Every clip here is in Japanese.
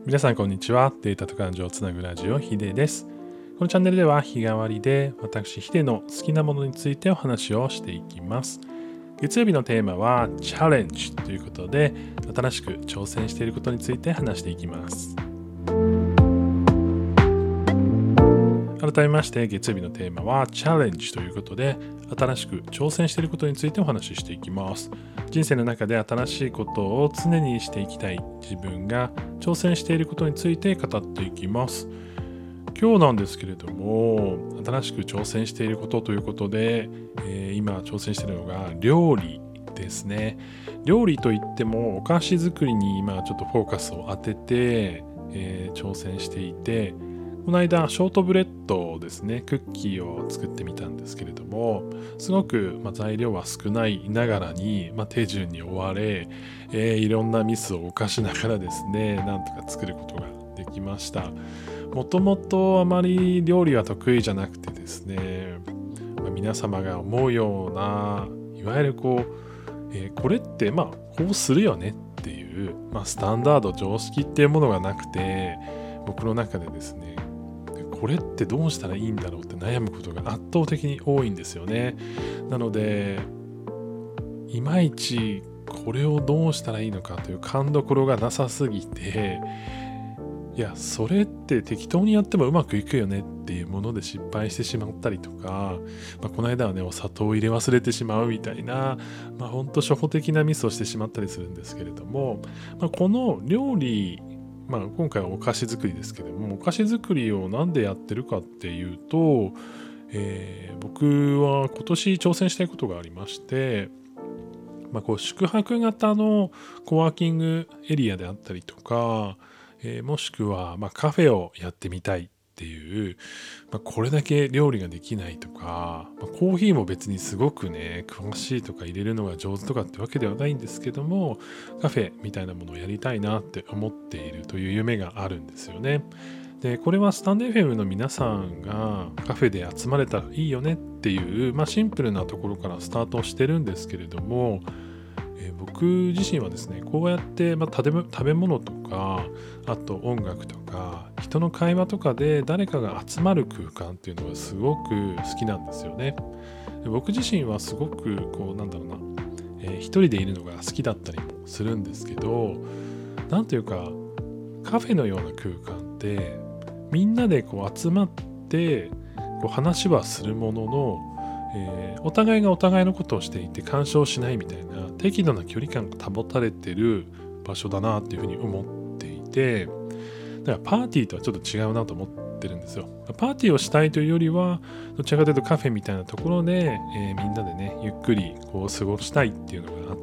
皆さんこんにちは。データと感情をつなぐラジオヒデです。このチャンネルでは日替わりで私ヒデの好きなものについてお話をしていきます。月曜日のテーマはチャレンジということで、新しく挑戦していることについて話していきます。改めまして月曜日のテーマはチャレンジということで、新しく挑戦していることについてお話ししていきます。人生の中で新しいことを常にしていきたい自分が挑戦していることについて語っていきます。今日なんですけれども、新しく挑戦していることということで、今挑戦しているのが料理ですね。料理といってもお菓子作りに今ちょっとフォーカスを当てて、挑戦していて、この間ショートブレッドですね、クッキーを作ってみたんですけれども、すごく、材料は少ないながらに、手順に追われ、いろんなミスを犯しながらですね、なんとか作ることができました。もともとあまり料理は得意じゃなくてですね、皆様が思うようないわゆるこれってこうするよねっていう、スタンダード常識っていうものがなくて、僕の中でですね、これってどうしたらいいんだろうって悩むことが圧倒的に多いんですよね。なのでいまいちこれをどうしたらいいのかという勘どころがなさすぎて、いやそれって適当にやってもうまくいくよねっていうもので失敗してしまったりとか、この間はねお砂糖を入れ忘れてしまうみたいな、ほんと初歩的なミスをしてしまったりするんですけれども、この料理、今回はお菓子作りですけども、お菓子作りをなんでやってるかっていうと、僕は今年挑戦したいことがありまして、宿泊型のコワーキングエリアであったりとか、もしくはカフェをやってみたいっていう、これだけ料理ができないとか、コーヒーも別にすごくね詳しいとか入れるのが上手とかってわけではないんですけども、カフェみたいなものをやりたいなって思っているという夢があるんですよね。でこれはスタンド FM の皆さんがカフェで集まれたらいいよねっていう、シンプルなところからスタートしてるんですけれども、僕自身はですね、こうやって、食べ物とか、あと音楽とか人の会話とかで誰かが集まる空間っていうのはすごく好きなんですよね。で僕自身はすごく一人でいるのが好きだったりもするんですけど、なんというかカフェのような空間ってみんなで集まって話はするものの、お互いがお互いのことをしていて干渉しないみたいな適度な距離感が保たれてる場所だなっていうふうに思っていて、だからパーティーとはちょっと違うなと思ってるんですよ。パーティーをしたいというよりはどちらかというとカフェみたいなところで、みんなでねゆっくり過ごしたいっていうのがあって、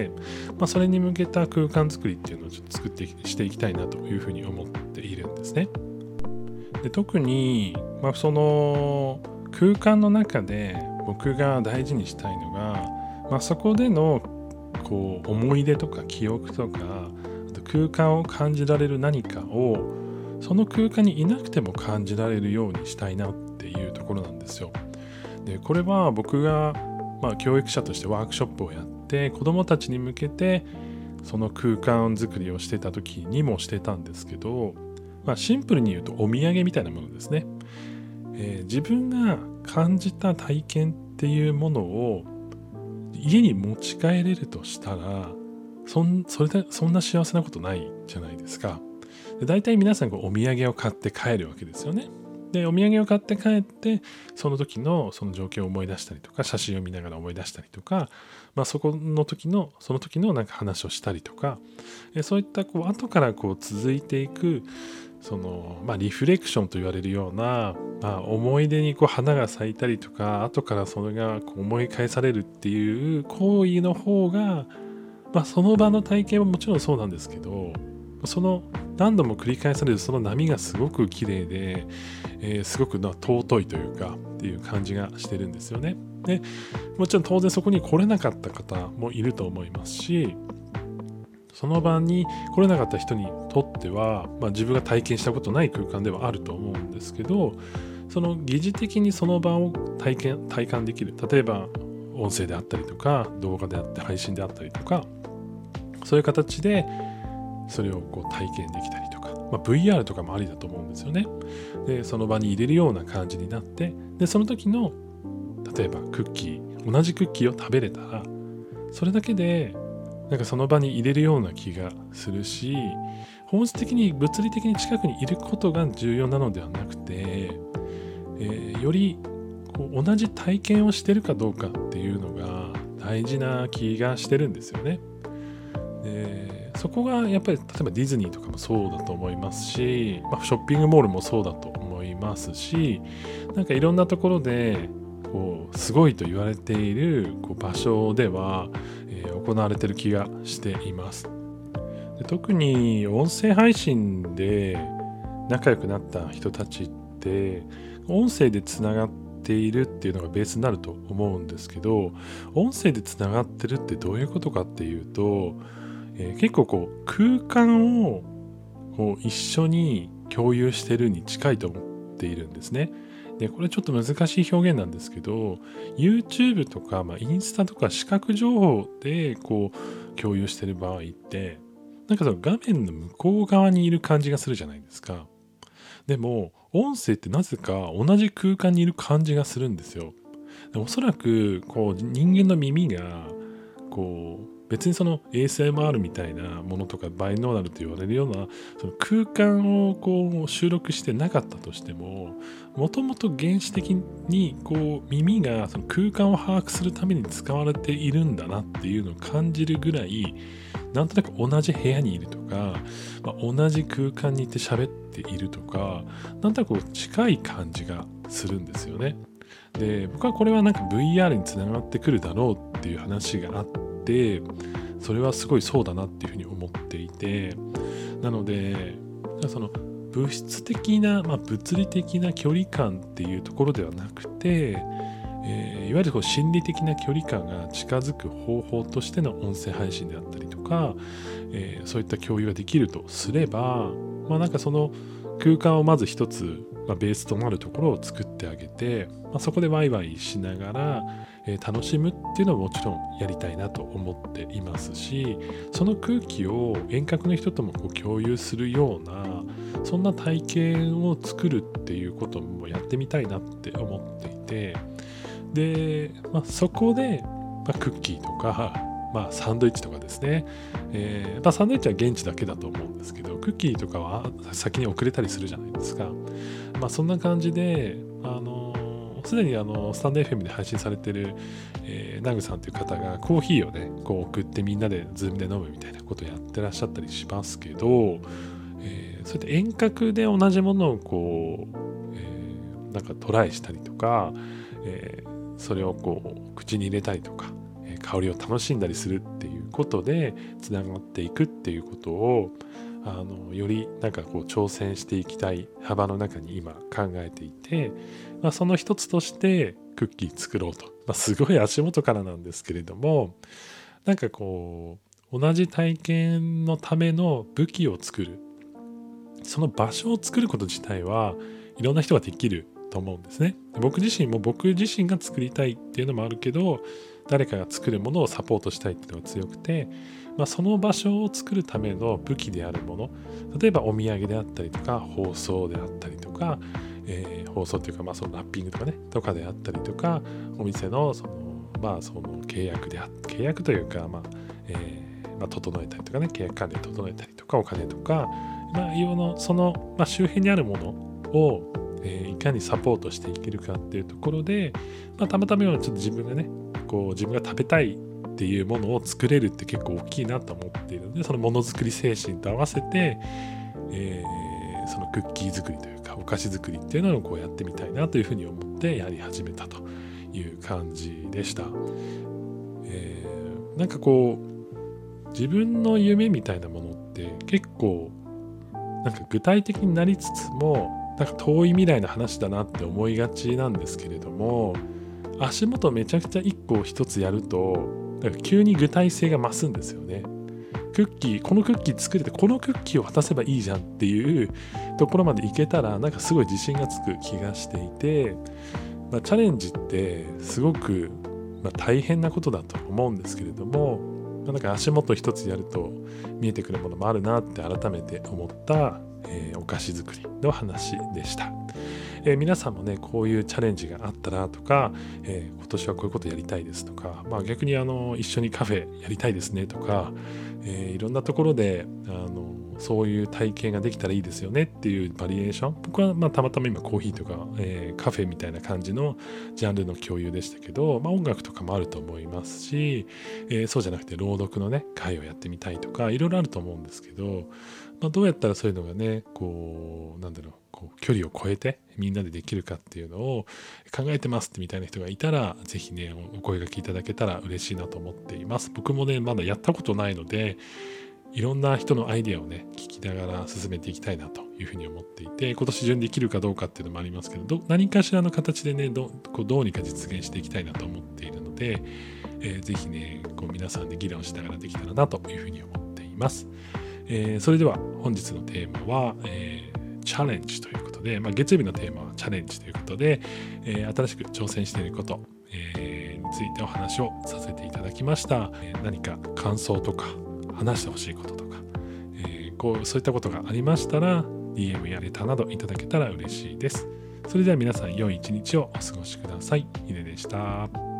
それに向けた空間作りっていうのをちょっとしていきたいなというふうに思っているんですね。で特に、その空間の中で僕が大事にしたいのが、そこでの思い出とか記憶とか、あと空間を感じられる何かをその空間にいなくても感じられるようにしたいなっていうところなんですよ。でこれは僕が、教育者としてワークショップをやって子どもたちに向けてその空間作りをしてた時にもしてたんですけど、シンプルに言うとお土産みたいなものですね。自分が感じた体験っていうものを家に持ち帰れるとしたらそんな幸せなことないじゃないですか。で大体皆さんお土産を買って帰るわけですよね。でお土産を買って帰ってその時のその状況を思い出したりとか、写真を見ながら思い出したりとか、その時の話をしたりとか、そういった後から続いていくリフレクションと言われるような、思い出に花が咲いたりとか、後からそれが思い返されるっていう行為の方が、その場の体験はもちろんそうなんですけど、その何度も繰り返されるその波がすごく綺麗で、すごく尊いというかっていう感じがしてるんですよね。でもちろん当然そこに来れなかった方もいると思いますし、その場に来れなかった人にとっては、自分が体験したことない空間ではあると思うんですけど、その疑似的にその場を体感できる、例えば音声であったりとか動画であって配信であったりとか、そういう形でそれを体験できたりとか、 VR とかもありだと思うんですよね。でその場に入れるような感じになって、でその時の例えばクッキー、同じクッキーを食べれたら、それだけでなんかその場に入れるような気がするし、本質的に物理的に近くにいることが重要なのではなくて、よりこう同じ体験をしてるかどうかっていうのが大事な気がしてるんですよね。でそこがやっぱり例えばディズニーとかもそうだと思いますし、ショッピングモールもそうだと思いますし、なんかいろんなところでこうすごいと言われているこう場所では、行われている気がしています。で特に音声配信で仲良くなった人たちって音声でつながっているっていうのがベースになると思うんですけど、音声でつながってるってどういうことかっていうと、結構こう空間をこう一緒に共有してるに近いと思っているんですね。でこれちょっと難しい表現なんですけど、 YouTube とか、インスタとか視覚情報でこう共有してる場合ってなんかその画面の向こう側にいる感じがするじゃないですか。でも音声ってなぜか同じ空間にいる感じがするんですよ。でおそらくこう人間の耳がこう別にその ASMR みたいなものとかバイノーラルと言われるようなその空間をこう収録してなかったとしても、もともと原始的にこう耳がその空間を把握するために使われているんだなっていうのを感じるぐらい、なんとなく同じ部屋にいるとか、同じ空間にいて喋っているとか、なんとなくこう近い感じがするんですよね。で僕はこれはなんか VR につながってくるだろうっていう話があって、それはすごいそうだなっていうふうに思っていて、なのでその物質的な、物理的な距離感っていうところではなくて、いわゆるこう心理的な距離感が近づく方法としての音声配信であったりとか、そういった共有ができるとすれば、なんかその空間をまず一つ、ベースとなるところを作ってあげて、そこでワイワイしながら、楽しむっていうのももちろんやりたいなと思っていますし、その空気を遠隔の人ともこう共有するようなそんな体験を作るっていうこともやってみたいなって思っていて、で、そこで、クッキーとか、サンドイッチとかですね、サンドイッチは現地だけだと思うんですけど、クッキーとかは先に遅れたりするじゃないですか。そんな感じですでにスタンド FM で配信されてる、ナグさんという方がコーヒーをねこう送ってみんなでズームで飲むみたいなことをやってらっしゃったりしますけど、そうやって遠隔で同じものをこう、なんかトライしたりとか、それをこう口に入れたりとか、香りを楽しんだりするっていうことでつながっていくっていうことをよりなんかこう挑戦していきたい幅の中に今考えていて、その一つとしてクッキー作ろうと、すごい足元からなんですけれども、なんかこう同じ体験のための武器を作る、その場所を作ること自体はいろんな人ができると思うんですね。僕自身が作りたいっていうのもあるけど、誰かが作るものをサポートしたいっていうのが強くて、その場所を作るための武器であるもの、例えばお土産であったりとか放送であったりとか、放送というかそのラッピングとかねとかであったりとか、お店のその契約というか整えたりとかね、契約管理を整えたりとか、お金とかその、周辺にあるものを、いかにサポートしていけるかっていうところで、たまたまちょっと自分が食べたいっていうものを作れるって結構大きいなと思っているので、そのものづくり精神と合わせて、そのクッキー作りというかお菓子作りっていうのをこうやってみたいなというふうに思ってやり始めたという感じでした。なんかこう自分の夢みたいなものって結構なんか具体的になりつつもなんか遠い未来の話だなって思いがちなんですけれども、足元めちゃくちゃ一つやるとなんか急に具体性が増すんですよね。このクッキー作れてこのクッキーを渡せばいいじゃんっていうところまでいけたらなんかすごい自信がつく気がしていて、チャレンジってすごく、大変なことだと思うんですけれども、なんか足元一つやると見えてくるものもあるなって改めて思った、 お菓子作りの話でした。皆さんもねこういうチャレンジがあったらとか、今年はこういうことやりたいですとか、逆に一緒にカフェやりたいですねとか、いろんなところでそういう体験ができたらいいですよねっていうバリエーション、僕はたまたま今コーヒーとか、カフェみたいな感じのジャンルの共有でしたけど、音楽とかもあると思いますし、そうじゃなくて朗読のね会をやってみたいとかいろいろあると思うんですけど、どうやったらそういうのがねこう距離を超えてみんなでできるかっていうのを考えてますってみたいな人がいたら、ぜひねお声掛けいただけたら嬉しいなと思っています。僕もねまだやったことないので、いろんな人のアイデアをね聞きながら進めていきたいなというふうに思っていて、今年中にできるかどうかっていうのもありますけど、何かしらの形でねどうにか実現していきたいなと思っているので、ぜひね皆さんで議論しながらできたらなというふうに思っています。それでは本日のテーマは、チャレンジということで、月曜日のテーマはチャレンジということで、新しく挑戦していること、についてお話をさせていただきました。何か感想とか話してほしいこととか、そういったことがありましたら DM やレターなどいただけたら嬉しいです。それでは皆さん良い一日をお過ごしください。ひででした。